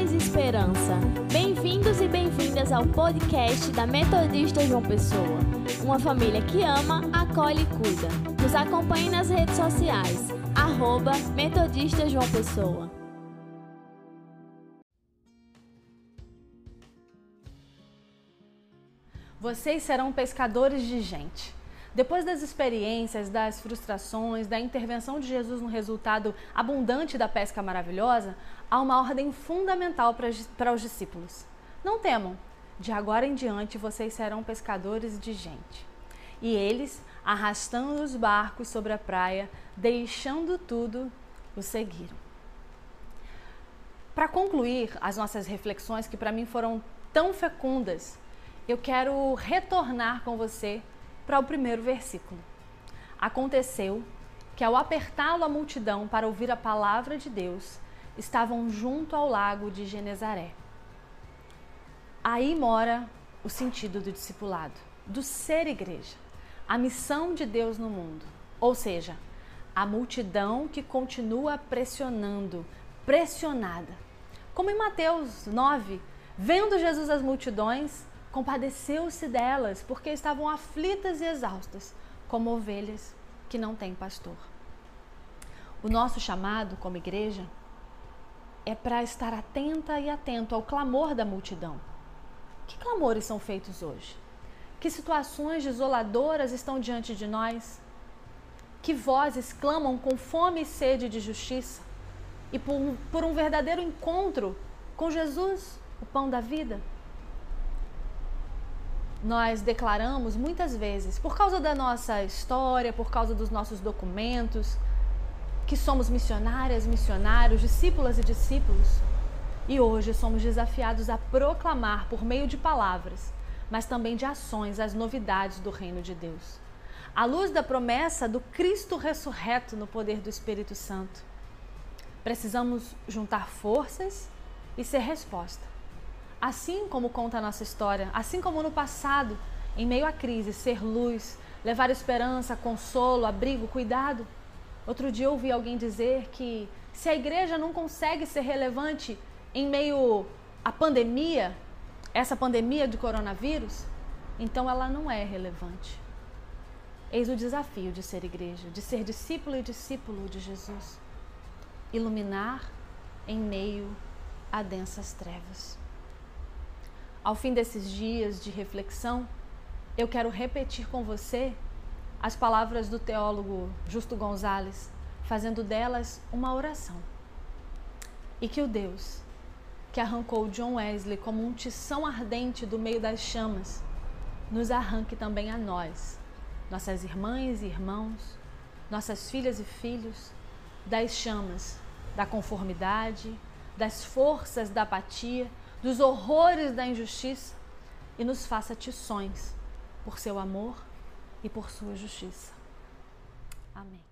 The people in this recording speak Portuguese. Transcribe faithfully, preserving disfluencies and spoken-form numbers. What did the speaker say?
paz e esperança. Bem-vindos e bem-vindas ao podcast da Metodista João Pessoa. Uma família que ama, acolhe e cuida. Nos acompanhe nas redes sociais, arroba Metodista João Pessoa. Vocês serão pescadores de gente. Depois das experiências, das frustrações, da intervenção de Jesus no resultado abundante da pesca maravilhosa, há uma ordem fundamental para, para os discípulos. Não temam, de agora em diante vocês serão pescadores de gente. E eles, arrastando os barcos sobre a praia, deixando tudo, o seguiram. Para concluir as nossas reflexões, que para mim foram tão fecundas, eu quero retornar com você para o primeiro versículo. Aconteceu que, ao apertá-lo a multidão para ouvir a palavra de Deus, estavam junto ao lago de Genezaré. Aí mora o sentido do discipulado, do ser igreja, a missão de Deus no mundo, ou seja, a multidão que continua pressionando, pressionada. Como em Mateus nove, vendo Jesus as multidões, compadeceu-se delas, porque estavam aflitas e exaustas, como ovelhas que não têm pastor. O nosso chamado como igreja é para estar atenta e atento ao clamor da multidão. Que clamores são feitos hoje? Que situações desoladoras estão diante de nós? Que vozes clamam com fome e sede de justiça e por, por um verdadeiro encontro com Jesus, o pão da vida? Nós declaramos muitas vezes, por causa da nossa história, por causa dos nossos documentos, que somos missionárias, missionários, discípulas e discípulos. E hoje somos desafiados a proclamar por meio de palavras, mas também de ações, as novidades do reino de Deus. À luz da promessa do Cristo ressurreto no poder do Espírito Santo. Precisamos juntar forças e ser resposta. Assim como conta a nossa história, assim como no passado, em meio à crise, ser luz, levar esperança, consolo, abrigo, cuidado. Outro dia eu ouvi alguém dizer que se a igreja não consegue ser relevante em meio à pandemia, essa pandemia de coronavírus, então ela não é relevante. Eis o desafio de ser igreja, de ser discípulo e discípulo de Jesus. Iluminar em meio a densas trevas. Ao fim desses dias de reflexão, eu quero repetir com você as palavras do teólogo Justo Gonzalez, fazendo delas uma oração. E que o Deus que arrancou John Wesley como um tição ardente do meio das chamas, nos arranque também a nós, nossas irmãs e irmãos, nossas filhas e filhos, das chamas da conformidade, das forças da apatia, dos horrores da injustiça, e nos faça tições por seu amor e por sua justiça. Amém.